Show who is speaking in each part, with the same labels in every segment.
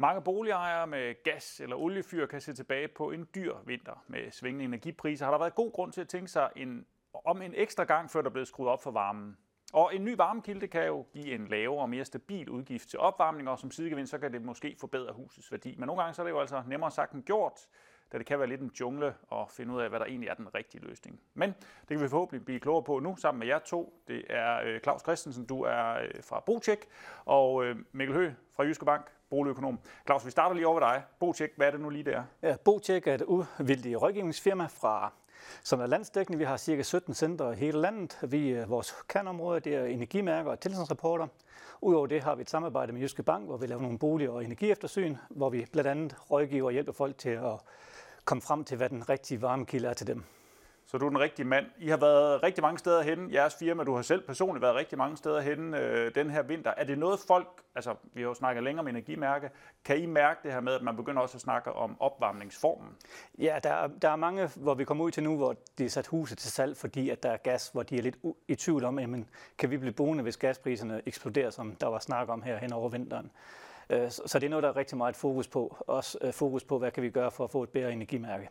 Speaker 1: Mange boligejere med gas- eller oliefyr kan se tilbage på en dyr vinter med svingende energipriser. Har der været god grund til at tænke sig om en ekstra gang, før der er blevet skruet op for varmen? Og en ny varmekilde kan jo give en lavere og mere stabil udgift til opvarmning, og som sidegevinst så kan det måske forbedre husets værdi. Men nogle gange så er det jo altså nemmere sagt end gjort, da det kan være lidt en jungle at finde ud af, hvad der egentlig er den rigtige løsning. Men det kan vi forhåbentlig blive klogere på nu sammen med jer to. Det er Claus Christensen, du er fra Bocheck, og Mikkel Høgh fra Jyske Bank, boligøkonom. Claus, vi starter lige over ved dig. Bocheck, hvad er det nu lige der?
Speaker 2: Ja, Bocheck er et uvildigt rådgivningsfirma, som er landsdækkende. Vi har ca. 17 centre i hele landet. Vores kerneområde det er energimærker og tilstandsrapporter. Udover det har vi et samarbejde med Jyske Bank, hvor vi laver nogle bolig- og energieftersyn, hvor vi blandt andet rådgiver og hjælper folk til at komme frem til, hvad den rigtige varmekilde er til dem.
Speaker 1: Så du er den rigtige mand. I har været rigtig mange steder henne. Jeres firma, du har selv personligt været rigtig mange steder henne den her vinter. Er det noget folk, altså vi har jo snakket længere om energimærke, kan I mærke det her med, at man begynder også at snakke om opvarmningsformen?
Speaker 2: Ja, der er mange, hvor vi kommer ud til nu, hvor de er sat huset til salg, fordi at der er gas, hvor de er lidt i tvivl om, jamen, kan vi blive boende, hvis gaspriserne eksploderer, som der var snak om her hen over vinteren. Så det er noget, der er rigtig meget fokus på. Også fokus på, hvad kan vi gøre for at få et bedre energimærke.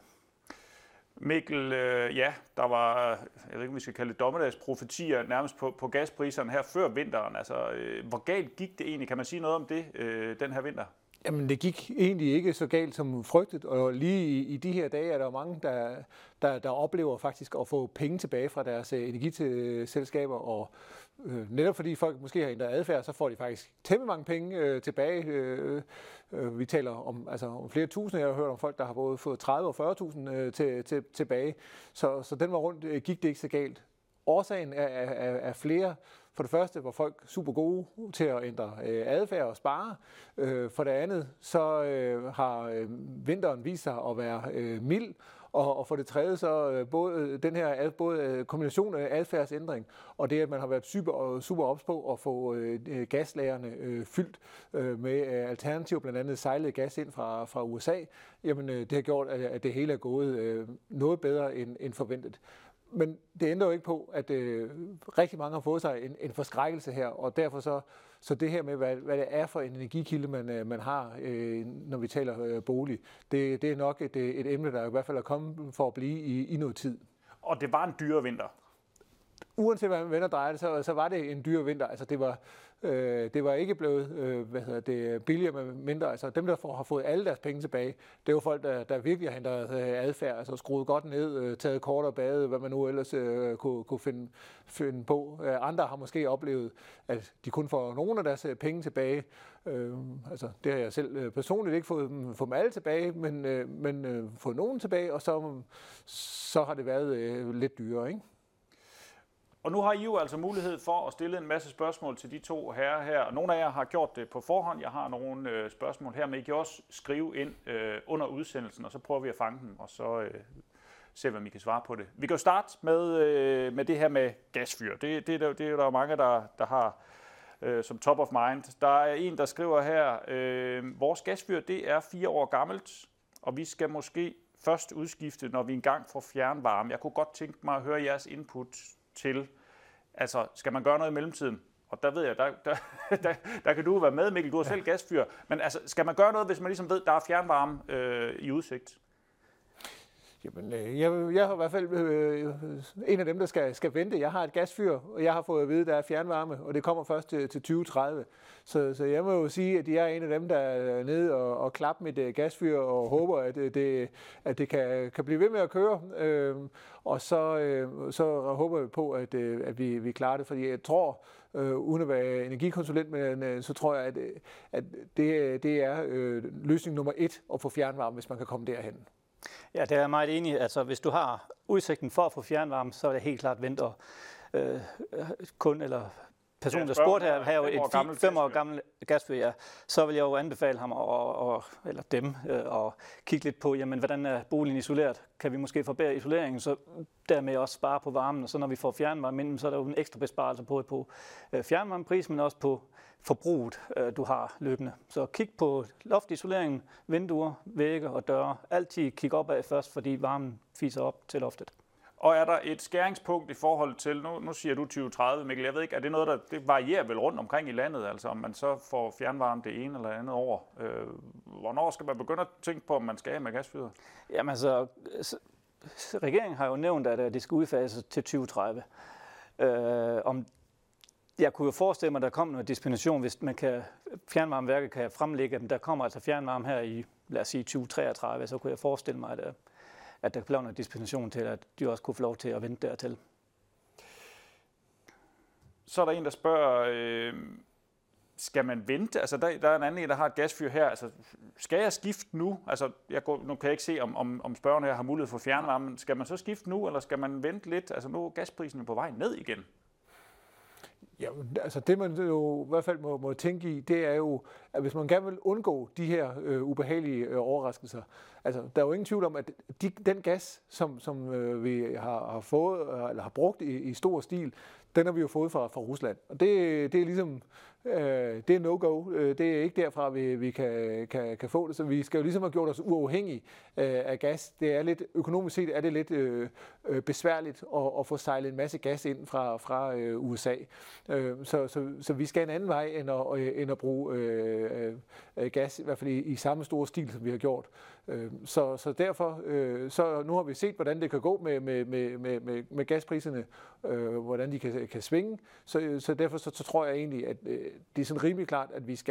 Speaker 1: Mikkel, ja, der var, jeg ved ikke, om vi skal kalde det dommedagsprofetier nærmest på gaspriserne her før vinteren. Altså, hvor galt gik det egentlig? Kan man sige noget om det den her vinter?
Speaker 3: Jamen, det gik egentlig ikke så galt som frygtet, og lige i de her dage er der mange, der oplever faktisk at få penge tilbage fra deres energiselskaber, og netop fordi folk måske har ændret adfærd, så får de faktisk temmelig mange penge tilbage. Vi taler om flere tusind. Jeg har hørt om folk, der har både fået 30 og 40.000 tilbage, så den var rundt gik det ikke så galt. Årsagen er flere. For det første var folk super gode til at ændre adfærd og spare. For det andet så har vinteren vist sig at være mild. Og for det tredje så både kombination af adfærdsændring og det, at man har været super ops på at få gaslagerne fyldt med alternativer, blandt andet sejlet gas ind fra USA, jamen det har gjort, at det hele er gået noget bedre end forventet. Men det ændrer jo ikke på, at rigtig mange har fået sig en forskrækkelse her, og derfor så det her med, hvad det er for en energikilde, man har, når vi taler bolig, det er nok et emne, der i hvert fald er kommet for at blive i noget tid.
Speaker 1: Og det var en dyre vinter.
Speaker 3: Uanset hvad man vender drejer det, så var det en dyr vinter. Altså det var ikke blevet billigere med mindre. Altså dem, der har fået alle deres penge tilbage, det var folk, der virkelig har ændret adfærd, altså skruet godt ned, taget kortere bade, hvad man nu ellers kunne finde på. Andre har måske oplevet, at de kun får nogle af deres penge tilbage. Altså det har jeg selv personligt ikke fået dem alle tilbage, men fået nogen tilbage, og så har det været lidt dyrere, ikke?
Speaker 1: Og nu har I jo altså mulighed for at stille en masse spørgsmål til de to herrer her. Og nogle af jer har gjort det på forhånd. Jeg har nogle spørgsmål her, men I kan også skrive ind under udsendelsen, og så prøver vi at fange dem, og så se, hvad I kan svare på det. Vi kan jo starte med det her med gasfyr. Det er der jo mange, der har som top of mind. Der er en, der skriver her, vores gasfyr det er 4 år gammelt, og vi skal måske først udskifte, når vi engang får fjernvarme. Jeg kunne godt tænke mig at høre jeres input til, altså skal man gøre noget i mellemtiden? Og der ved jeg, der kan du være med, Mikkel, du har selv gasfyr, men altså skal man gøre noget, hvis man ligesom ved, der er fjernvarme i udsigt?
Speaker 3: Jamen, jeg har i hvert fald en af dem, der skal vente. Jeg har et gasfyr, og jeg har fået at vide, at der er fjernvarme, og det kommer først til 2030. Så jeg må jo sige, at jeg er en af dem, der er nede og klapper mit gasfyr og håber, at det kan blive ved med at køre. Og så håber vi på, at vi klarer det, fordi jeg tror, uden at være energikonsulent, men så tror jeg, at det er løsning nummer 1 at få fjernvarme, hvis man kan komme derhen.
Speaker 2: Ja, det er jeg meget enig i. Altså, hvis du har udsigten for at få fjernvarme, så er det helt klart venter kun eller personen, der spurgte her, har jo et 5 år gammel gasfyr, ja, så vil jeg jo anbefale ham eller dem at kigge lidt på, jamen, hvordan er boligen isoleret? Kan vi måske forbedre isoleringen, så dermed også spare på varmen, og så når vi får fjernvarme, så er der jo en ekstra besparelse på fjernvarmepris, men også på forbruget, du har løbende. Så kig på loftisoleringen, vinduer, vægge og døre. Altid kig opad først, fordi varmen fiser op til loftet.
Speaker 1: Og er der et skæringspunkt i forhold til, nu siger du 2030, Mikkel, jeg ved ikke, er det noget, det varierer vel rundt omkring i landet, altså om man så får fjernvarme det ene eller andet år? Hvornår skal man begynde at tænke på, om man skal have med gasfyret?
Speaker 2: Jamen altså, regeringen har jo nævnt, at det skal udfases til 2030. Jeg kunne jo forestille mig, at der kommer noget dispensation, hvis fjernvarmeværket kan fremlægge, at der kommer altså fjernvarme her i, lad os sige, 2033, så kunne jeg forestille mig, at der bliver noget dispensation til, at de også kunne få lov til at vente dertil.
Speaker 1: Så er der en, der spørger, skal man vente? Altså der er en anden, der har et gasfyr her. Altså, skal jeg skifte nu? Altså, nu kan jeg ikke se, om spørgerne her har mulighed for fjernvarme. Skal man så skifte nu, eller skal man vente lidt? Altså nu er gasprisen på vej ned igen.
Speaker 3: Ja, altså det man jo i hvert fald må tænke i, det er jo, at hvis man gerne vil undgå de her ubehagelige overraskelser, altså der er jo ingen tvivl om, at den gas, som vi har fået, eller har brugt i stor stil, den har vi jo fået fra Rusland. Og det er ligesom, det er no-go. Det er ikke derfra, vi kan få det. Så vi skal jo ligesom have gjort os uafhængige af gas. Det er lidt, økonomisk set er det lidt besværligt at få sejlet en masse gas ind fra USA. Så vi skal en anden vej end at bruge gas, i hvert fald i samme store stil, som vi har gjort. Så derfor, så nu har vi set, hvordan det kan gå med gaspriserne, hvordan de kan svinge. Så derfor så tror jeg egentlig, at det er sådan rimelig klart, at vi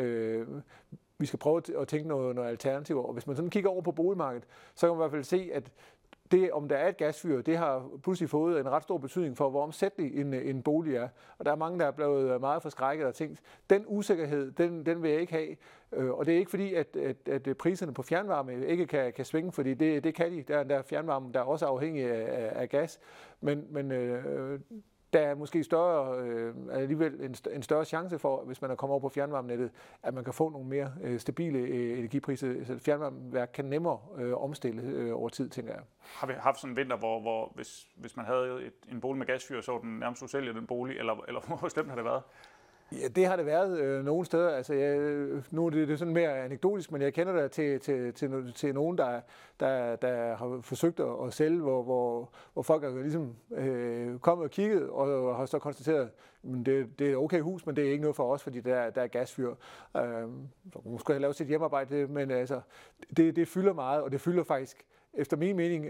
Speaker 3: skal prøve at tænke noget alternativer. Og hvis man sådan kigger over på boligmarkedet, så kan man i hvert fald se, at det, om der er et gasfyr, det har pludselig fået en ret stor betydning for, hvor omsættelig en bolig er. Og der er mange, der er blevet meget forskrækket og tænkt, den usikkerhed, den vil jeg ikke have. Og det er ikke fordi, at priserne på fjernvarme ikke kan svinge, fordi det kan de. Der er fjernvarme, der er også afhængig af gas. Men der er måske alligevel en større chance for, hvis man er kommet over på fjernvarmenettet, at man kan få nogle mere stabile energipriser. Så fjernvarmeværk kan nemmere omstille over tid, tænker jeg.
Speaker 1: Har vi haft sådan en vinter, hvor hvis man havde en bolig med gasfyr, så var den nærmest usælgelig, den bolig, eller hvor slemt har det været?
Speaker 3: Ja, det har det været nogle steder. Altså, nu er det sådan mere anekdotisk, men jeg kender det til nogen, der har forsøgt at sælge, hvor folk er ligesom kommet og kigget og har så konstateret, at det er okay hus, men det er ikke noget for os, fordi der er gasfyr. Nu skal jeg lave sit hjemmearbejde, men altså, det fylder meget, og det fylder faktisk efter min mening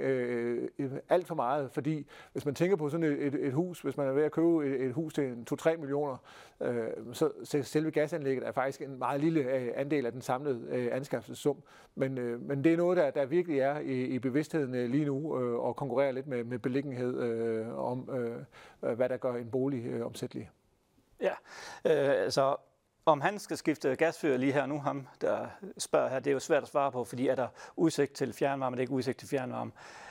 Speaker 3: alt for meget, fordi hvis man tænker på sådan et hus, hvis man er ved at købe et hus til 2-3 millioner, så selve gasanlægget er faktisk en meget lille andel af den samlede anskaffelsessum. Men det er noget, der virkelig er i bevidstheden lige nu, og konkurrerer lidt med beliggenhed om, hvad der gør en bolig omsættelig.
Speaker 2: Ja, altså om han skal skifte gasfyr lige her nu, ham der spørger her, det er jo svært at svare på, fordi er der udsigt til fjernvarme, det er ikke udsigt til fjernvarme.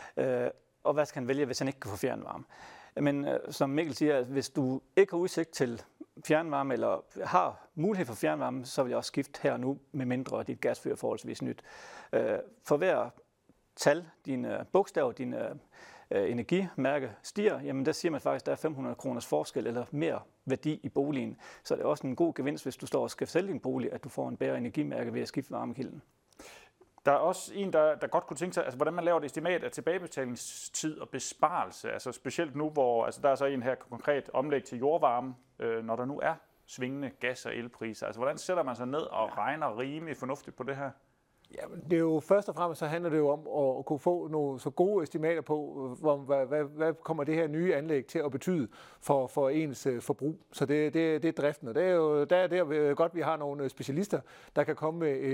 Speaker 2: Og hvad skal han vælge, hvis han ikke kan få fjernvarme? Men som Mikkel siger, hvis du ikke har udsigt til fjernvarme, eller har mulighed for fjernvarme, så vil jeg også skifte her nu, med mindre dit gasfyr er forholdsvis nyt. For hver tal, dine bogstaver, dine energimærke stiger, jamen der siger man faktisk, at der er 500 kroners forskel eller mere værdi i boligen. Så det er også en god gevinst, hvis du står og skal sælge din bolig, at du får en bedre energimærke ved at skifte varmekilden.
Speaker 1: Der er også en, der godt kunne tænke sig, altså hvordan man laver et estimat af tilbagebetalingstid og besparelse. Altså specielt nu, hvor der er så en her konkret omlæg til jordvarme, når der nu er svingende gas- og elpriser. Altså hvordan sætter man sig ned og regner rimelig fornuftigt på det her?
Speaker 3: Ja, det er jo først og fremmest så handler det jo om at kunne få nogle så gode estimater på, hvad kommer det her nye anlæg til at betyde for ens forbrug. Så det er driften, og det er jo der godt, vi har nogle specialister, der kan komme med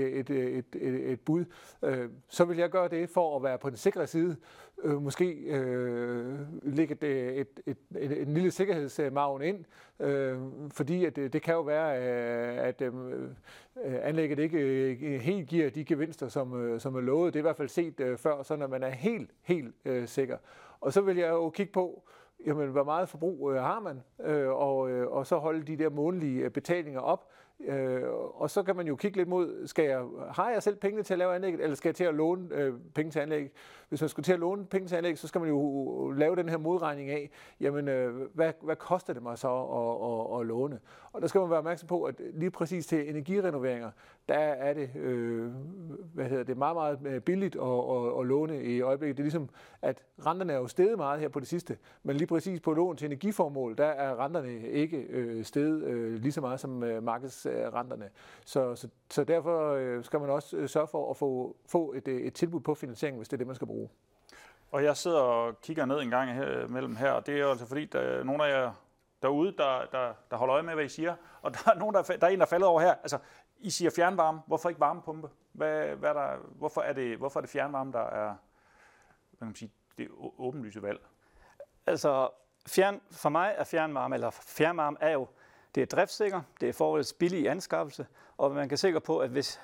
Speaker 3: et bud. Så vil jeg gøre det for at være på den sikre side. Måske lægge en lille sikkerhedsmargen ind, fordi at det kan jo være, at anlægget ikke helt giver de gevinster, som er lovet. Det er i hvert fald set før, så når man er helt sikker. Og så vil jeg jo kigge på, jamen, hvor meget forbrug har man, og så holde de der månedlige betalinger op. Og så kan man jo kigge lidt mod, har jeg selv pengene til at lave anlægget, eller skal jeg til at låne penge til anlægget? Hvis man skulle til at låne penge til anlægget, så skal man jo lave den her modregning af, jamen, hvad koster det mig så at låne? Og der skal man være opmærksom på, at lige præcis til energirenoveringer, der er det, det er meget, meget billigt at låne i øjeblikket. Det er ligesom, at renterne er jo steget meget her på det sidste, men lige præcis på lån til energiformål, der er renterne ikke steget lige så meget som markedsrenterne. Så derfor skal man også sørge for at få et tilbud på finansiering, hvis det er det, man skal bruge.
Speaker 1: Og jeg sidder og kigger ned en gang mellem her, og det er jo altså fordi, der er nogle af jer derude, der holder øje med, hvad I siger. Og der er nogen, der er en, der er faldet over her. Altså, I siger fjernvarme. Hvorfor ikke varmepumpe? Hvorfor er det fjernvarme, der er, hvad kan man sige, det åbenlyse valg?
Speaker 2: Altså, for mig er fjernvarme er jo, det er driftssikker, det er forholdsvis billig i anskaffelse, og man kan sikker på, at hvis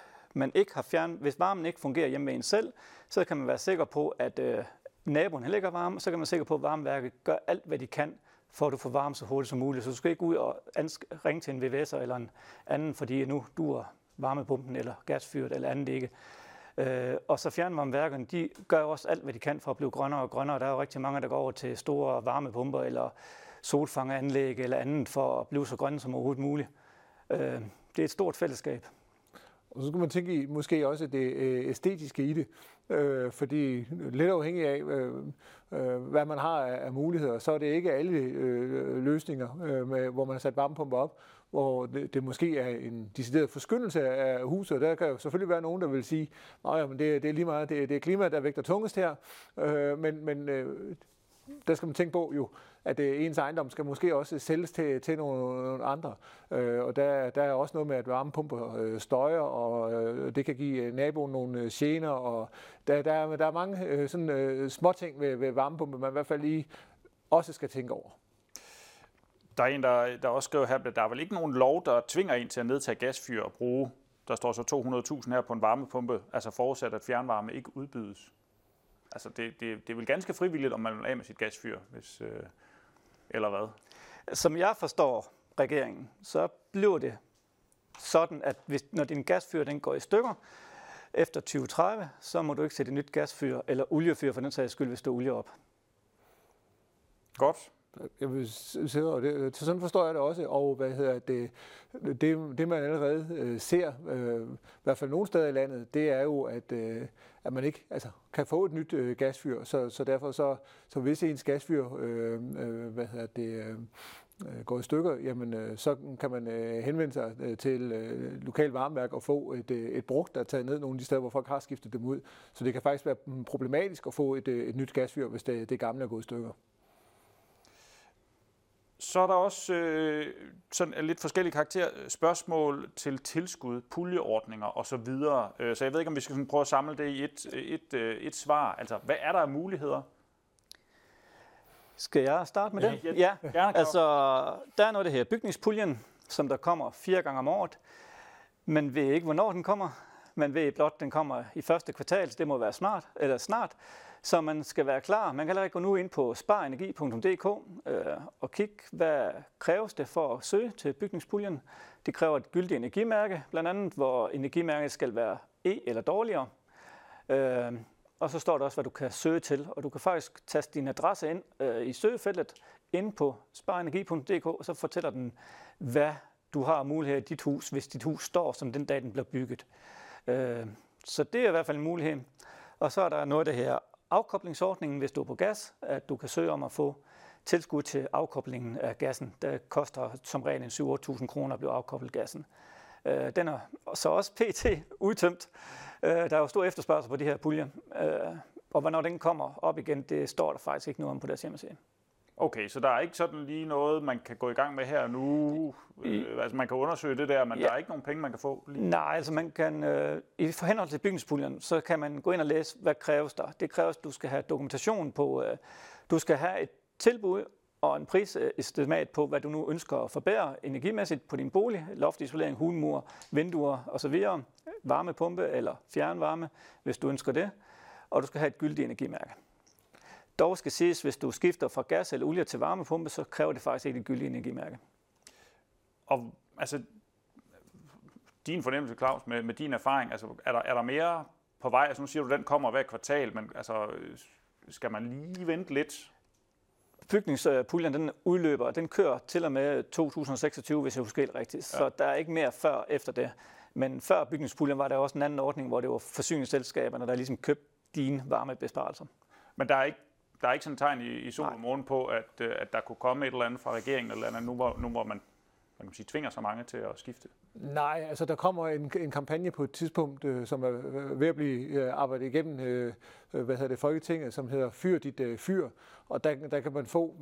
Speaker 2: varmen ikke fungerer hjemme med en selv, så kan man være sikker på, at naboen heller ikke har varme, så kan man være sikker på, at varmeværket gør alt, hvad de kan, for at du får varme så hurtigt som muligt. Så du skal ikke ud og ringe til en VVS'er eller en anden, fordi nu duer varmepumpen eller gasfyret eller andet ikke. Og så fjernvarmeværkerne, de gør også alt, hvad de kan for at blive grønnere og grønnere. Der er jo rigtig mange, der går over til store varmepumper eller solfangeranlæg eller andet for at blive så grønne som overhovedet muligt. Det er et stort fællesskab.
Speaker 3: Og så skal man tænke i måske også det æstetiske i det, fordi lidt afhængig af, hvad man har af muligheder, så er det ikke alle løsninger, hvor man har sat varmepumper op, hvor det måske er en decideret forskyndelse af huset. Der kan jo selvfølgelig være nogen, der vil sige, at det er lige meget, det er klimaet, der vægter tungest her, men der skal man tænke på jo, at ens ejendom skal måske også sælges til nogle andre. Og der er også noget med, at varmepumper støjer, og det kan give naboen nogle gener. Og der er mange sådan småting ved varmepumper, man i hvert fald lige også skal tænke over.
Speaker 1: Der er en, der også skriver her, at der er vel ikke nogen lov, der tvinger en til at nedtage gasfyr og bruge, der står så 200.000 her på en varmepumpe, altså forudsat, at fjernvarme ikke udbydes. Altså det er vel ganske frivilligt, om man vil af med sit gasfyr, eller hvad? Som
Speaker 2: jeg forstår regeringen, så bliver det sådan, at når din gasfyr den går i stykker efter 2030, så må du ikke sætte et nyt gasfyr eller oliefyr for den sags skyld, hvis du olie op.
Speaker 1: Godt.
Speaker 3: Jeg vil sige, og sådan forstår jeg det også, og det man allerede ser, i hvert fald nogle steder i landet, det er jo, at man ikke kan få et nyt gasfyr, så derfor så hvis ens gasfyr går i stykker, jamen så kan man henvende sig til lokal varmeværk og få et brugt, der er taget ned nogle af de steder, hvor folk har skiftet dem ud. Så det kan faktisk være problematisk at få et nyt gasfyr, hvis det gamle er gået i stykker.
Speaker 1: Så er der også sådan lidt forskellige spørgsmål til tilskud, puljeordninger osv. Så jeg ved ikke, om vi skal prøve at samle det i et svar. Altså, hvad er der af muligheder?
Speaker 2: Skal jeg starte med det? Ja. Altså, der er noget af det her bygningspuljen, som der kommer 4 gange om året. Man ved ikke, hvornår den kommer. Man ved blot, at den kommer i første kvartal, så det må være snart. Så man skal være klar. Man kan allerede gå nu ind på sparenergi.dk og kigge, hvad kræves det for at søge til bygningspuljen. Det kræver et gyldigt energimærke, blandt andet, hvor energimærket skal være E eller dårligere. Og så står der også, hvad du kan søge til. Og du kan faktisk taste din adresse ind i søgefeltet inde på sparenergi.dk, og så fortæller den, hvad du har mulighed i dit hus, hvis dit hus står, som den dag, den bliver bygget. Så det er i hvert fald en mulighed. Og så er der noget af det her afkoblingsordningen, hvis du er på gas, at du kan søge om at få tilskud til afkoblingen af gassen. Det koster som regel 7-8.000 kroner at blive afkoblet gassen. Den er så også pt. Udtømt. Der er jo stor efterspørgsel på de her puljer. Og hvornår den kommer op igen, det står der faktisk ikke noget om på deres hjemmeside.
Speaker 1: Okay, så der er ikke sådan lige noget, man kan gå i gang med her nu? Altså man kan undersøge det der, men der er ikke nogen penge, man kan få? Lige.
Speaker 2: Nej, altså man kan, i forhold til bygningspuljen, så kan man gå ind og læse, hvad kræves der. Det kræves, at du skal have dokumentation på, du skal have et tilbud og en prisestimat på, hvad du nu ønsker at forbedre energimæssigt på din bolig, loftisolering, hulmur, vinduer osv., varmepumpe eller fjernvarme, hvis du ønsker det, og du skal have et gyldigt energimærke. dog skal siges, hvis du skifter fra gas eller olie til varmepumpe, så kræver det faktisk ikke et gyldigt energimærke.
Speaker 1: Og altså, din fornemmelse, Claus, med din erfaring, altså, er der mere på vej? Altså, nu siger du, at den kommer hver kvartal, men altså, skal man lige vente lidt?
Speaker 2: Bygningspuljen, den udløber, den kører til og med 2026, hvis jeg husker helt rigtigt. Ja. Så der er ikke mere før efter det. Men før bygningspuljen var der også en anden ordning, hvor det var forsyningsselskaberne, der ligesom købte dine varmebesparelser.
Speaker 1: Men der er ikke sådan et tegn i sol og morgen på, at der kunne komme et eller andet fra regeringen eller andet, nu hvor man kan sige, tvinger så mange til at skifte?
Speaker 3: Nej, altså der kommer en kampagne på et tidspunkt, som er ved at blive arbejdet igennem Folketinget, som hedder Fyr dit fyr, og der kan man få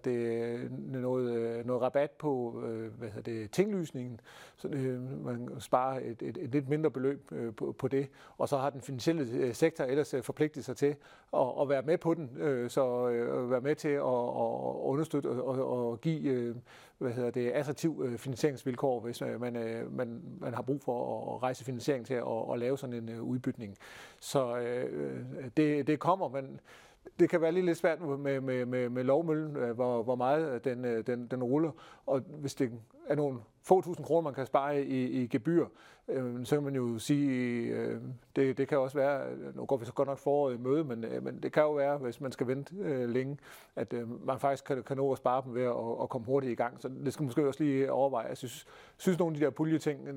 Speaker 3: noget rabat på tinglysningen, så man sparer et lidt mindre beløb på det, og så har den finansielle sektor ellers forpligtet sig til at være med på den, så være med til at understøtte og give attraktiv finansieringsvilkår, hvis man har brug for at rejse finansiering til at lave sådan en udbytning. Så det kommer, men det kan være lidt svært med lovmøllen, hvor meget den ruller, og hvis det er nogle få tusind kroner, man kan spare i gebyr, så kan man jo sige, det kan også være, nu går vi så godt nok foråret i møde, men det kan jo være, hvis man skal vente længe, at man faktisk kan nå at spare dem ved at komme hurtigt i gang. Så det skal måske også lige overveje. Jeg synes nogle af de der puljeting,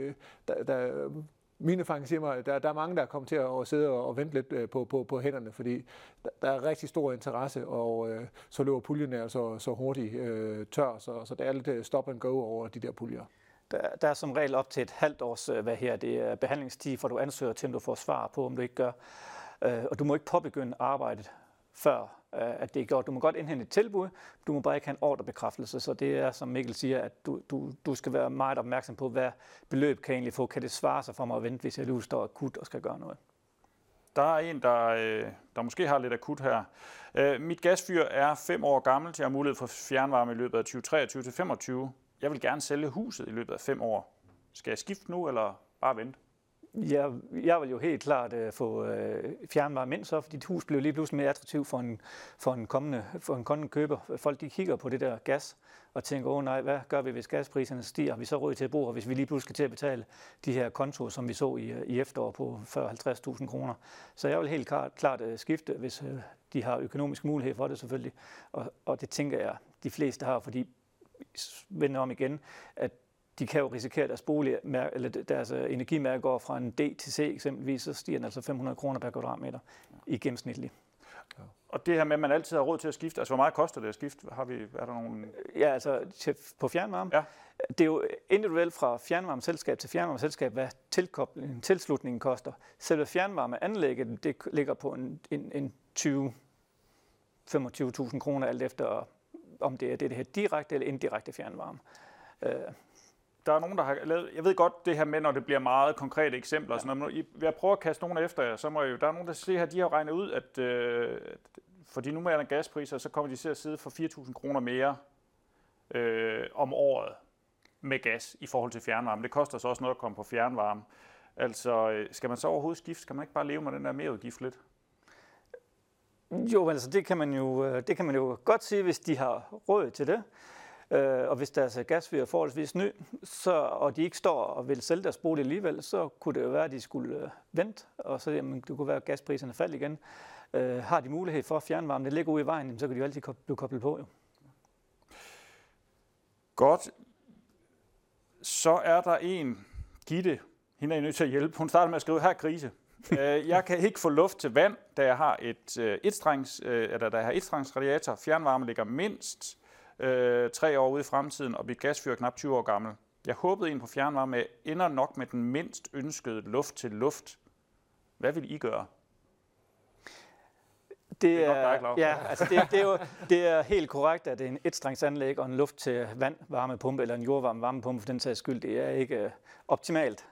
Speaker 3: mine erfaringer siger mig, at der er mange, der er kommet til at sidde og vente lidt på hænderne, fordi der er rigtig stor interesse, og så løber puljerne altså så hurtigt tør, så der er lidt stop and go over de der puljer.
Speaker 2: Der er som regel op til et halvt års det er behandlingstid, for du ansøger til, om du får svar på, om du ikke gør. Og du må ikke påbegynde arbejdet før at det er gjort. Du må godt indhente et tilbud, du må bare ikke have en ordrebekræftelse. Så det er, som Mikkel siger, at du skal være meget opmærksom på, hvad beløb kan egentlig få. Kan det svare sig for mig at vente, hvis jeg nu står akut og skal gøre noget?
Speaker 1: Der er en, der måske har lidt akut her. Mit gasfyr er 5 år gammelt. Jeg har mulighed for fjernvarme i løbet af 2023 til 2025. Jeg vil gerne sælge huset i løbet af 5 år. Skal jeg skifte nu, eller bare vente?
Speaker 2: Jeg vil jo helt klart få fjernvarme ind, så fordi dit hus bliver lige pludselig mere attraktivt for en kommende køber. Folk de kigger på det der gas og tænker, nej, hvad gør vi, hvis gaspriserne stiger? Har vi så råd til at bruge, hvis vi lige pludselig skal til at betale de her kontoer, som vi så i efterår på 40-50.000 kroner. Så jeg vil helt klart skifte, hvis de har økonomisk mulighed for det selvfølgelig. Og det tænker jeg, de fleste har, fordi vender om igen, at de kan jo risikere, at deres eller deres energimærke går fra en D til C eksempelvis, så stiger den altså 500 kroner per kvadratmeter i gennemsnitligt.
Speaker 1: Ja. Og det her med, at man altid har råd til at skifte, altså hvor meget koster det at skifte? Er der nogle...
Speaker 2: Ja, altså på fjernvarme. Ja. Det er jo individuelt fra fjernvarmeselskab til fjernvarmeselskab, hvad tilslutningen koster. Selve fjernvarmeanlægget, det ligger på en 20-25.000 kroner, alt efter om det er det her direkte eller indirekte fjernvarme.
Speaker 1: Der er nogen, der har lavet, jeg ved godt det her med, når det bliver meget konkrete eksempler, så når jeg prøver at kaste nogen efter jer, så må der er nogen, der siger her, de har regnet ud, at for de nuværende gaspriser, så kommer de til at sidde for 4.000 kroner mere om året med gas i forhold til fjernvarme. Det koster så også noget at komme på fjernvarme. Altså, skal man så overhovedet skifte? Skal man ikke bare leve med den der merudgift lidt?
Speaker 2: Jo, altså det kan man jo godt sige, hvis de har råd til det. Og hvis deres gasfyr er forholdsvis ny, og de ikke står og vil sælge deres bolig alligevel, så kunne det jo være, at de skulle vente, og så det kunne være, at gaspriserne faldt igen. Har de mulighed for fjernvarme, det ligger ude i vejen, så kan de jo altid blive koblet på. Jo.
Speaker 1: Godt. Så er der en, Gitte, hende er I nødt til at hjælpe. Hun starter med at skrive, her krise. Jeg kan ikke få luft til vand, da jeg har etstrengsradiator. Fjernvarme ligger mindst 3 år ude i fremtiden, og mit gasfyr er knap 20 år gammel. Jeg håbede en på fjernvarme ender nok med den mindst ønskede luft til luft. Hvad vil I gøre?
Speaker 2: Det er helt korrekt, at en etstrengsanlæg og en luft til vandvarmepumpe eller en jordvarme varmepumpe for den sags skyld, det er ikke optimalt.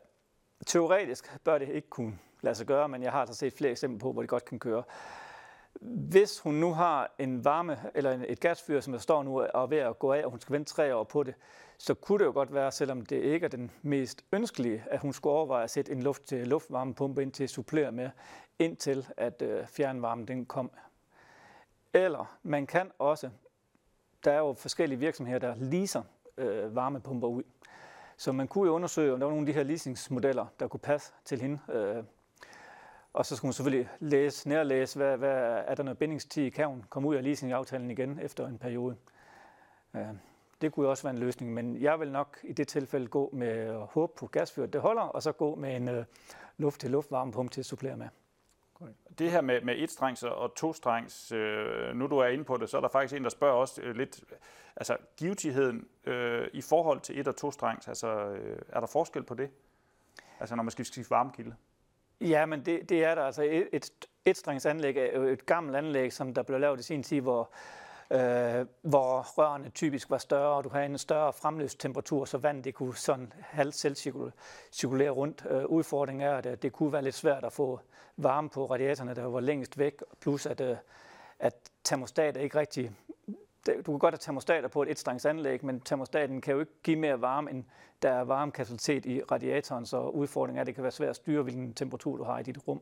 Speaker 2: Teoretisk bør det ikke kunne lade sig gøre, men jeg har altså set flere eksempler på, hvor det godt kan køre. Hvis hun nu har en varme eller et gasfyr, som der står nu og er ved at gå af, og hun skal vente 3 år på det, så kunne det jo godt være, selvom det ikke er den mest ønskelige, at hun skulle overveje at sætte en luft-til-luftvarmepumpe ind til at supplere med, indtil at fjernvarmen den kom. Eller man kan også, der er jo forskellige virksomheder, der leaser varmepumper ud. Så man kunne jo undersøge, om der var nogle af de her leasingsmodeller, der kunne passe til hende. Og så skulle hun selvfølgelig nærlæse, hvad er der noget bindingstid, kan hun komme ud af leasingaftalen igen efter en periode. Det kunne jo også være en løsning, men jeg vil nok i det tilfælde gå med at håbe på gasfyret, det holder, og så gå med en luft-til-luft-varmepumpe til at supplere med.
Speaker 1: Det her med etstrengs og tostrengs, nu du er inde på det, så er der faktisk en, der spørger også lidt, altså givtigheden i forhold til et- og tostrengs, altså er der forskel på det? Altså når man skal skifte varmekilde?
Speaker 2: Ja, men det er der. Altså etstrengsanlæg er jo et gammelt anlæg, som der blev lavet i sin tid, hvor rørene typisk var større, og du havde en større fremløbstemperatur, så vandet det kunne sådan halvt selvcirkulere rundt. Udfordringen er, at det kunne være lidt svært at få varme på radiatorerne, der var længst væk, plus at termostater ikke rigtig... Du kan godt have termostater på et etstrengsanlæg, men termostaten kan jo ikke give mere varme, end der er varmekapacitet i radiatoren, så udfordringen er, at det kan være svært at styre, hvilken temperatur du har i dit rum.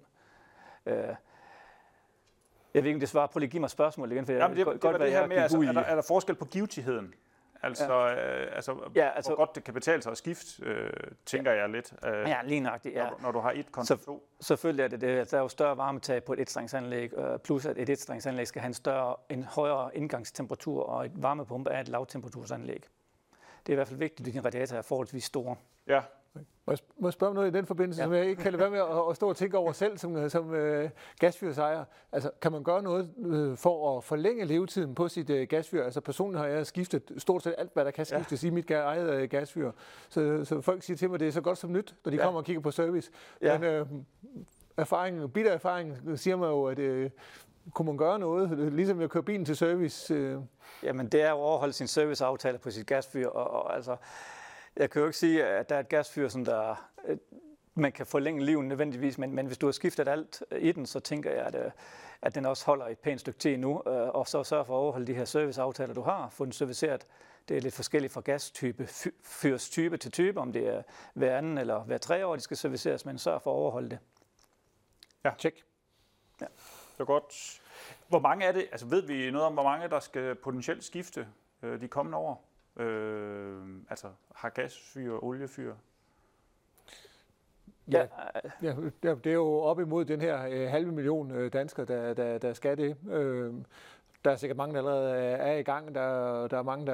Speaker 2: Jeg ved ikke, om det svarer på, at give mig spørgsmål igen, for
Speaker 1: Jamen, det her med, altså, er der forskel på givtigheden? Altså, hvor godt det kan betale sig at skifte, tænker jeg lidt.
Speaker 2: Ja, lige nøjagtigt, ja.
Speaker 1: Når du har et kontra to.
Speaker 2: Selvfølgelig er det det. Der er jo større varmetag på et etstrengsanlæg, plus at et etstrengsanlæg skal have en højere indgangstemperatur, og et varmepumpe er et lavtemperatursanlæg. Det er i hvert fald vigtigt, at dine radiatorer er forholdsvis store.
Speaker 1: Ja.
Speaker 3: Må jeg spørge om noget i den forbindelse, som jeg ikke kan lade være med at stå og tænke over selv som gasfyrsejer? Altså, kan man gøre noget for at forlænge levetiden på sit gasfyr? Altså personligt har jeg skiftet stort set alt, hvad der kan skiftes i mit eget gasfyr. Så folk siger til mig, at det er så godt som nyt, når de kommer og kigger på service. Ja. Men bitter erfaring siger mig jo, at kunne man gøre noget, ligesom jeg kører bilen til service?
Speaker 2: Jamen, det er jo at overholde sin serviceaftale på sit gasfyr, og altså... Jeg kan jo ikke sige, at der er et gasfyr, som man kan forlænge livet nødvendigvis, men hvis du har skiftet alt i den, så tænker jeg, at den også holder et pænt stykke tid nu, og så sørge for at overholde de her serviceaftaler, du har, få den serviceret. Det er lidt forskelligt fra gastype, fyrstype til type, om det er hver anden eller hver 3 år, de skal serviceres, men sørg for at overholde det.
Speaker 3: Ja, tjek.
Speaker 1: Ja. Det er godt. Hvor mange er det, altså ved vi noget om, hvor mange der skal potentielt skifte de kommende år? Altså har gasfyr og oliefyr?
Speaker 3: Ja, det er jo op imod den her 500.000 danskere, der skal det. Der er sikkert mange, der allerede er i gang. Der er mange,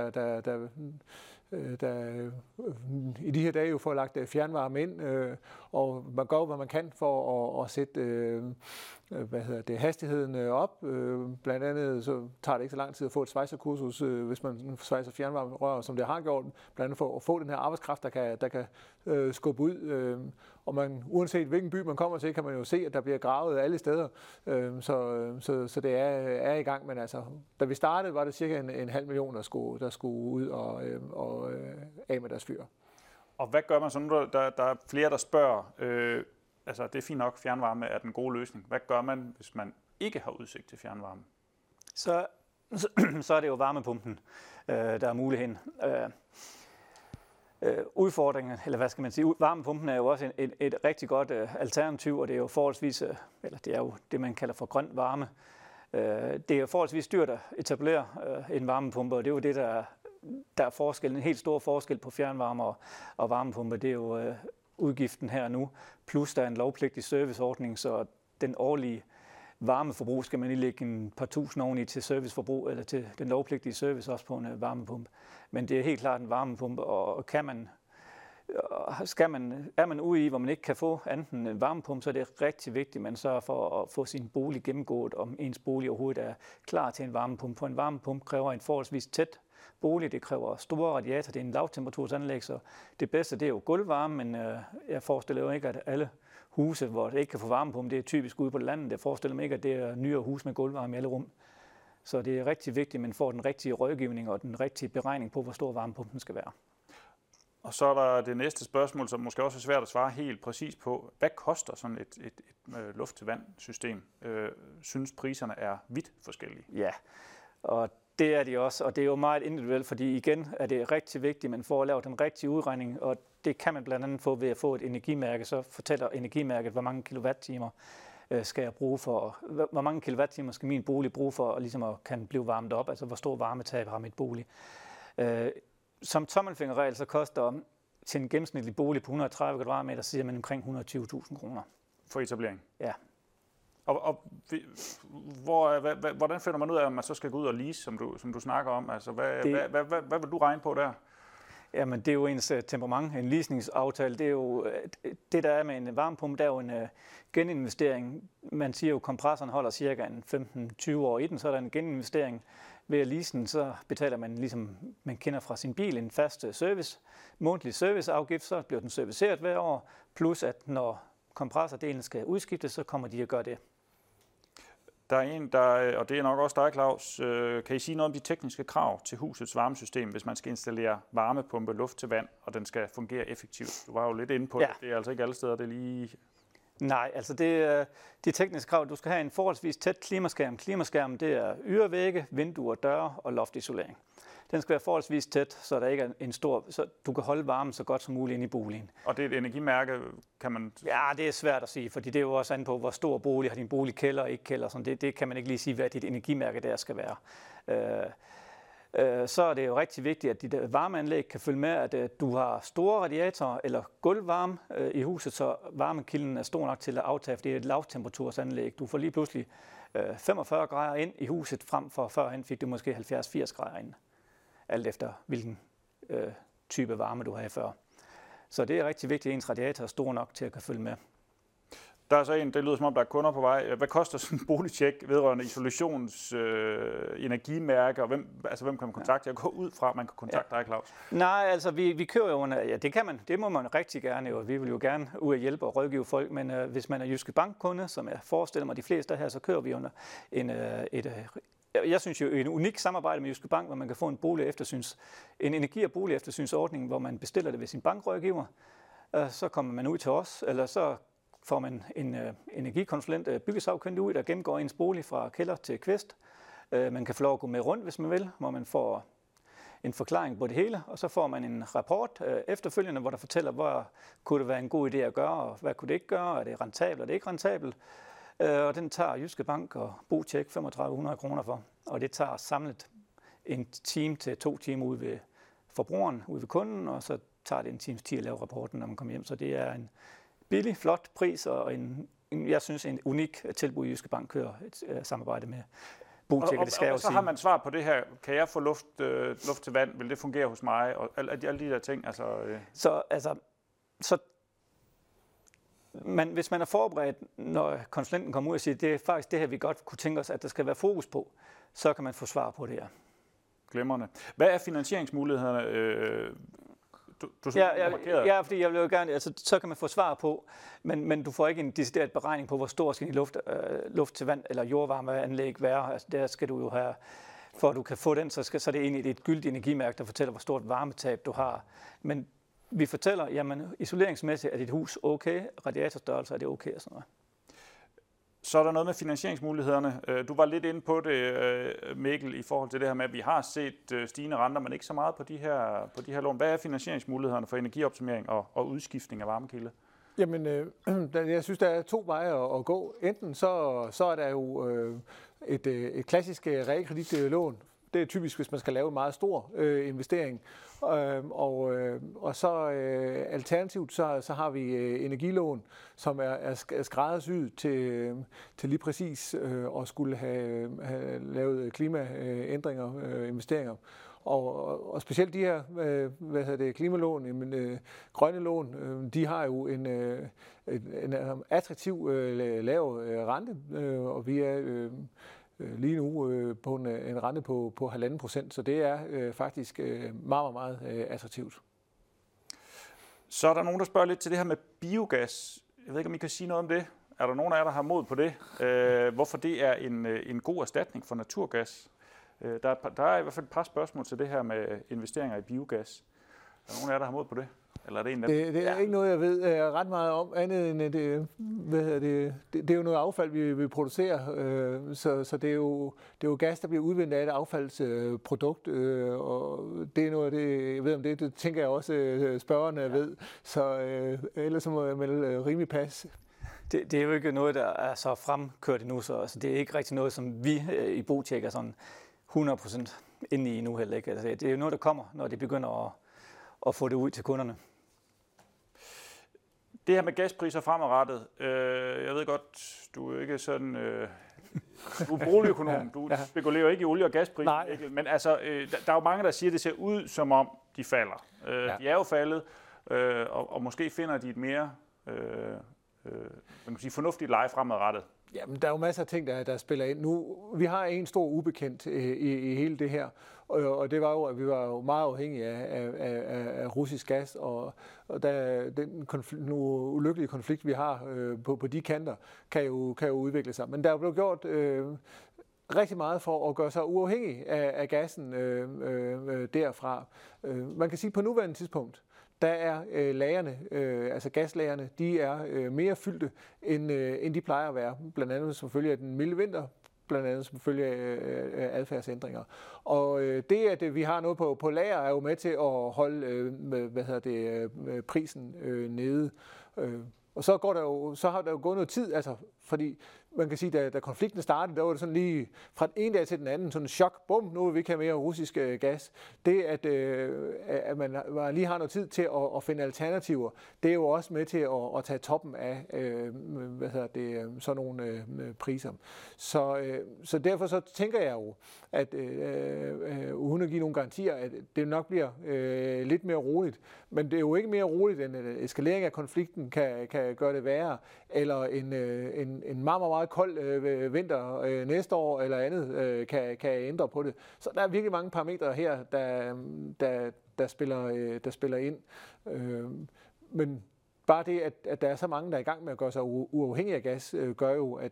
Speaker 3: der i de her dage jo får lagt fjernvarme ind, og man gør, hvad man kan for at sætte hastigheden op. Blandt andet så tager det ikke så lang tid at få et svejserkursus, hvis man svejser fjernvarmerør, som det har gjort, blandt andet for at få den her arbejdskraft, der kan skubbe ud. Og man, uanset hvilken by man kommer til, kan man jo se, at der bliver gravet alle steder. Så det er i gang, men altså, da vi startede, var det cirka 500.000, der skulle ud og af med deres fyr.
Speaker 1: Og hvad gør man så nu, der er flere, der spørger, altså det er fint nok, fjernvarme er den gode løsning. Hvad gør man, hvis man ikke har udsigt til fjernvarme?
Speaker 2: Så er det jo varmepumpen, der er muligheden. Udfordringen, eller hvad skal man sige, varmepumpen er jo også et rigtig godt alternativ, og det er jo forholdsvis, eller det er jo det, man kalder for grøn varme. Det er jo forholdsvis dyrt at etablere en varmepumpe, og det er jo det, der er forskellen, en helt stor forskel på fjernvarme og varmepumpe. Det er jo udgiften her nu, plus der er en lovpligtig serviceordning, så den årlige varmeforbrug skal man lige lægge en par tusind oveni til serviceforbrug, eller til den lovpligtige service også på en varmepumpe. Men det er helt klart en varmepumpe, og er man ude i, hvor man ikke kan få enten en varmepumpe, så er det rigtig vigtigt, at man sørger for at få sin bolig gennemgået, om ens bolig overhovedet er klar til en varmepumpe. For en varmepumpe kræver en forholdsvis tæt bolig, det kræver store radiatorer, det er en lavtemperaturanlæg, så det bedste det er jo gulvvarme, men jeg forestiller jo ikke, at alle huse, hvor det ikke kan få varmepumpe, det er typisk ude på landet. Jeg forestiller mig ikke, at det er nyere hus med gulvvarme i alle rum. Så det er rigtig vigtigt, at man får den rigtige rådgivning og den rigtige beregning på, hvor stor varmepumpen skal være.
Speaker 1: Og så er der det næste spørgsmål, som måske også er svært at svare helt præcis på. Hvad koster sådan et luft-til-vand-system? Synes priserne er vidt forskellige?
Speaker 2: Ja, og det er de også, og det er jo meget individuelt, fordi igen er det rigtig vigtigt, at man får lavet den rigtige udregning, og det kan man blandt andet få ved at få et energimærke. Så fortæller energimærket, hvor mange kilowattimer skal jeg bruge for, hvor mange kilowattimer skal min bolig bruge for ligesom at kan blive varmet op, altså hvor stor varmetab har mit bolig. Som tommelfingerregel så koster til en gennemsnitlig bolig på 130 kvadratmeter, så siger man omkring 120.000 kroner.
Speaker 1: For etablering?
Speaker 2: Ja.
Speaker 1: Og hvordan finder man ud af, at man så skal gå ud og lease, som du snakker om? Altså, hvad vil du regne på der?
Speaker 2: Jamen, det er jo ens temperament. En leasingsaftale, det er jo det, der er med en varmepumpe, der er jo en geninvestering. Man siger jo, at kompressoren holder cirka 15-20 år i den, så er der en geninvestering. Ved at lease den, så betaler man, ligesom man kender fra sin bil, en fast månedlig serviceafgift, så bliver den serviceret hver år, plus at når kompressordelen skal udskiftes, så kommer de at gøre det.
Speaker 1: Der er en, og det er nok også dig, Claus, kan I sige noget om de tekniske krav til husets varmesystem, hvis man skal installere varmepumpe, luft til vand, og den skal fungere effektivt? Du var jo lidt inde på det. Det er altså ikke alle steder, det er lige...
Speaker 2: Nej, altså de tekniske krav, du skal have en forholdsvis tæt klimaskærm. Klimaskærmen, det er ydervægge, vinduer, døre og loftisolering. Den skal være forholdsvis tæt, så der ikke er en stor, så du kan holde varmen så godt som muligt inde i boligen.
Speaker 1: Og det er et energimærke, kan man...
Speaker 2: Ja, det er svært at sige, fordi det er jo også an på, hvor stor bolig har din bolig, kælder og ikke kælder. Sådan. Det kan man ikke lige sige, hvad dit energimærke der skal være. Så er det jo rigtig vigtigt, at dit varmeanlæg kan følge med, at du har store radiatorer eller gulvvarme i huset, så varmekilden er stor nok til at aftage, for det er et lavtemperatursanlæg. Du får lige pludselig 45 grader ind i huset, frem for førhen fik du måske 70-80 grader ind, alt efter hvilken type varme du havde før. Så det er rigtig vigtigt, at ens radiator er stor nok til at kan følge med.
Speaker 1: Der er så det lyder som om, der er kunder på vej. Hvad koster sådan en boligtjeck vedrørende isolations-energimærke, og hvem kan man kontakte? Jeg går ud fra, at man kan kontakte dig, Claus.
Speaker 2: Nej, altså vi kører jo, det kan man, det må man rigtig gerne jo. Vi vil jo gerne ud at hjælpe og rådgive folk, men hvis man er Jyske Bank-kunde, som jeg forestiller mig de fleste her, så kører vi under jeg synes jo en unik samarbejde med Jyske Bank, hvor man kan få en energi- og boligeftersynsordning, hvor man bestiller det ved sin bankrådgiver. Så kommer man ud til os, eller så får man en energikonsulent, byggesagkyndig ud, der gennemgår ens bolig fra kælder til kvist. Man kan få lov at gå med rundt, hvis man vil, hvor man får en forklaring på det hele, og så får man en rapport efterfølgende, hvor der fortæller, hvor kunne det være en god idé at gøre, og hvad kunne det ikke gøre, er det rentabelt, er det ikke rentabelt. Og den tager Jyske Bank og BoTjeck 3.500 kroner for, og det tager samlet en time til 2 timer ude ved forbrugeren, ude ved kunden, og så tager det en times tid at lave rapporten, når man kommer hjem. Så det er en billig, flot pris, og jeg synes, en unik tilbud, Jyske Bank kører et samarbejde med BoTjeck, det skal jeg jo sige.
Speaker 1: Så har man svar på det her. Kan jeg få luft til vand? Vil det fungere hos mig? Og alle de der ting.
Speaker 2: Men hvis man er forberedt, når konsulenten kommer ud og siger, det er faktisk det her, vi godt kunne tænke os, at der skal være fokus på, så kan man få svar på det her.
Speaker 1: Glimrende. Hvad er finansieringsmulighederne?
Speaker 2: Ja, fordi jeg vil jo gerne, altså, så kan man få svar på, men du får ikke en decideret beregning på, hvor stor skal din luft til vand eller jordvarmeanlæg være. Altså, der skal du jo have, for at du kan få den, så er det egentlig et gyldigt energimærke, der fortæller, hvor stort varmetab du har. Men vi fortæller, jamen isoleringsmæssigt er dit hus okay, radiatorstørrelse er det okay og sådan noget.
Speaker 1: Så er der noget med finansieringsmulighederne. Du var lidt inde på det, Mikkel, i forhold til det her med, at vi har set stigende renter, men ikke så meget på de her lån. Hvad er finansieringsmulighederne for energioptimering og udskiftning af varmekilde?
Speaker 3: Jamen, jeg synes, der er 2 veje at gå. Enten så er der jo et klassisk realkreditlån. Det er typisk, hvis man skal lave en meget stor investering. Og så alternativt, så har vi energilån, som er skræddersyet til lige præcis at skulle have lavet klimaændringer, investeringer. Og specielt de her klimalån, grønne lån, de har jo en attraktiv lav rente, og vi er lige nu på en rente på 1,5%, så det er faktisk meget, meget attraktivt.
Speaker 1: Så er der nogen, der spørger lidt til det her med biogas. Jeg ved ikke, om I kan sige noget om det. Er der nogen af jer, der har mod på det? Hvorfor det er en god erstatning for naturgas? Der er i hvert fald et par spørgsmål til det her med investeringer i biogas. der nogen af jer, der har mod på det? Eller er det en
Speaker 3: det er ikke noget, jeg ved ret meget om, andet end det er jo noget affald, vi producerer, så det er jo gas, der bliver udvindet af et affaldsprodukt, og det er noget af det, jeg ved om det tænker jeg også spørgerne ved, så ellers så må jeg melde rimelig pas.
Speaker 2: Det er jo ikke noget, der er så fremkørt endnu, så altså, det er ikke rigtig noget, som vi i BoTjeck er sådan 100% inde i nu heller ikke. Altså, det er jo noget, der kommer, når det begynder at få det ud til kunderne.
Speaker 1: Det her med gaspriser fremadrettet, jeg ved godt, du er ikke sådan, du er boligøkonom, du spekulerer ikke i olie- og gaspriser, ikke? Men altså, der er jo mange, der siger, at det ser ud som om, de falder. De er jo faldet, og måske finder de et mere man kan sige, fornuftigt leje fremadrettet.
Speaker 3: Jamen, der er jo masser af ting, der spiller ind. Nu, vi har en stor ubekendt i hele det her, og det var jo, at vi var jo meget afhængige af russisk gas, og den ulykkelige konflikt, vi har på de kanter, kan jo udvikle sig. Men der er jo blevet gjort rigtig meget for at gøre sig uafhængig af gassen derfra. Man kan sige, at på nuværende tidspunkt, der er lagerne, altså gaslagerne, de er mere fyldte, end de plejer at være. Blandt andet selvfølgelig af den milde vinter, blandt andet selvfølgelig af adfærdsændringer. Og det, at vi har noget på lager, er jo med til at holde prisen nede. Og så har der jo gået noget tid, altså, fordi man kan sige, da konflikten startede, der var det sådan lige fra den ene dag til den anden, sådan en chok, bum, nu vil vi ikke have mere russisk gas. Det, at man lige har noget tid til at finde alternativer, det er jo også med til at tage toppen af sådan nogle priser. Så derfor så tænker jeg jo, at uden at give nogle garantier, at det nok bliver lidt mere roligt. Men det er jo ikke mere roligt, end at eskalering af konflikten kan gøre det værre, eller en meget, meget kold vinter næste år eller andet kan ændre på det. Så der er virkelig mange parametre her, der spiller ind. Men bare det, at der er så mange, der er i gang med at gøre sig uafhængige af gas, gør jo, at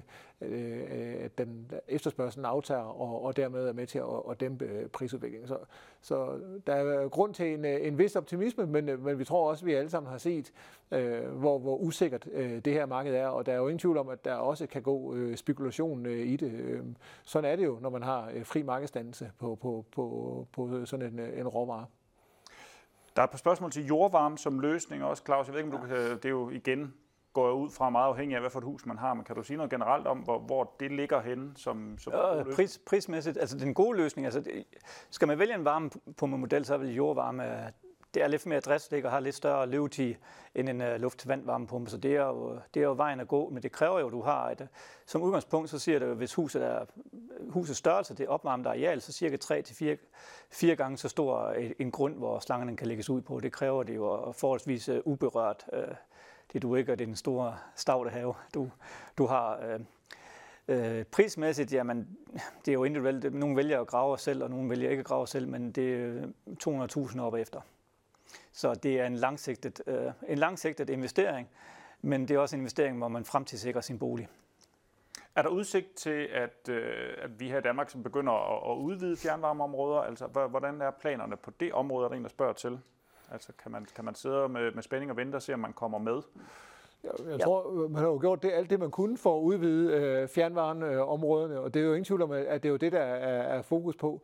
Speaker 3: den efterspørgselen aftager, og dermed er med til at dæmpe prisudviklingen. Så der er grund til en vis optimisme, men vi tror også, at vi alle sammen har set, hvor usikkert det her marked er, og der er jo ingen tvivl om, at der også kan gå spekulation i det. Sådan er det jo, når man har fri markedsdannelse på sådan en råvare.
Speaker 1: Der er et par spørgsmål til jordvarme som løsning også, Claus. Jeg ved ikke, om du kan, det er jo igen, går ud fra meget afhængig af, hvad for et hus man har, men kan du sige noget generelt om, hvor det ligger henne som
Speaker 2: prismæssigt, altså den gode løsning, altså skal man vælge en varmepumpe-model, så vil jordvarme, det er lidt mere driftsdæk og har lidt større levetid end en luft-vand-varmepumpe, så det er jo vejen at gå, men det kræver jo, at du har som udgangspunkt, så siger det jo, hvis husets størrelse, det opvarmet areal, så cirka 3-4 gange så stor en grund, hvor slangerne kan lægges ud på. Det kræver det jo forholdsvis uberørt. Det du ikke, og det er den store stavte have, du har. Prismæssigt, jamen, det er jo individuelt. Nogle vælger at grave selv, og nogle vælger ikke at grave selv, men det er 200.000 op efter. Så det er en langsigtet investering, men det er også en investering, hvor man fremtidssikrer sin bolig.
Speaker 1: Er der udsigt til, at vi her i Danmark som begynder at udvide fjernvarmeområder? Altså, hvordan er planerne på det område, er der en, der spørger til? Altså, kan man sidde med spænding og vente og se, om man kommer med?
Speaker 3: Jeg tror, man har jo gjort alt det, man kunne for at udvide fjernvarmeområderne, og det er jo ingen tvivl om, at det er jo det, der er fokus på.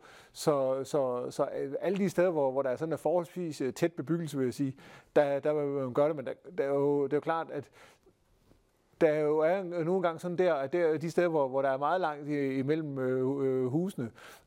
Speaker 3: Så alle de steder, hvor der er sådan en forholdsvis tæt bebyggelse, vil jeg sige, der vil man gøre det, men det er jo klart, at der jo er nogle gange sådan der, at de steder, hvor der er meget langt imellem husene,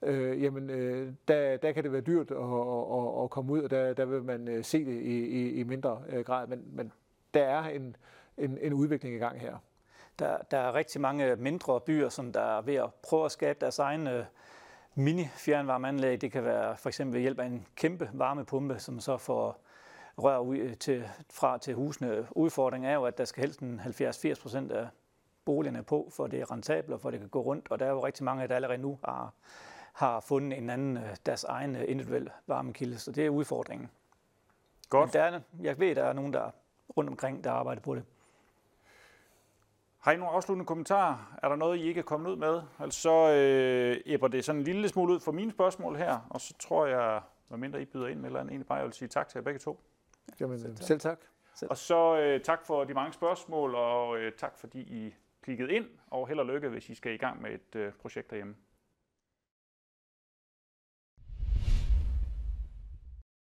Speaker 3: der kan det være dyrt at komme ud, og der vil man se det i mindre grad, men der er en udvikling i gang her.
Speaker 2: Der er rigtig mange mindre byer, som der er ved at prøve at skabe deres egne mini-fjernvarmeanlæg. Det kan være for eksempel ved hjælp af en kæmpe varmepumpe, som så får rør ud til husene. Udfordringen er jo, at der skal helst 70-80% af boligerne på, for det er rentabelt, og for det kan gå rundt. Og der er jo rigtig mange, der allerede nu har fundet en anden, deres egen individuelle varmekilde. Så det er udfordringen.
Speaker 1: Godt.
Speaker 2: Jeg ved, der er nogen, der rundt omkring, der arbejder på det.
Speaker 1: Har I nogle afsluttende kommentarer? Er der noget, I ikke er kommet ud med? Altså så æbber det sådan en lille smule ud for mine spørgsmål her, og så tror jeg, Hvad mindre I byder ind med, eller egentlig bare jeg vil sige tak til jer begge to.
Speaker 3: Jamen, selv tak.
Speaker 1: Og så tak for de mange spørgsmål, og tak fordi I klikkede ind, og held og lykke, hvis I skal i gang med et projekt derhjemme.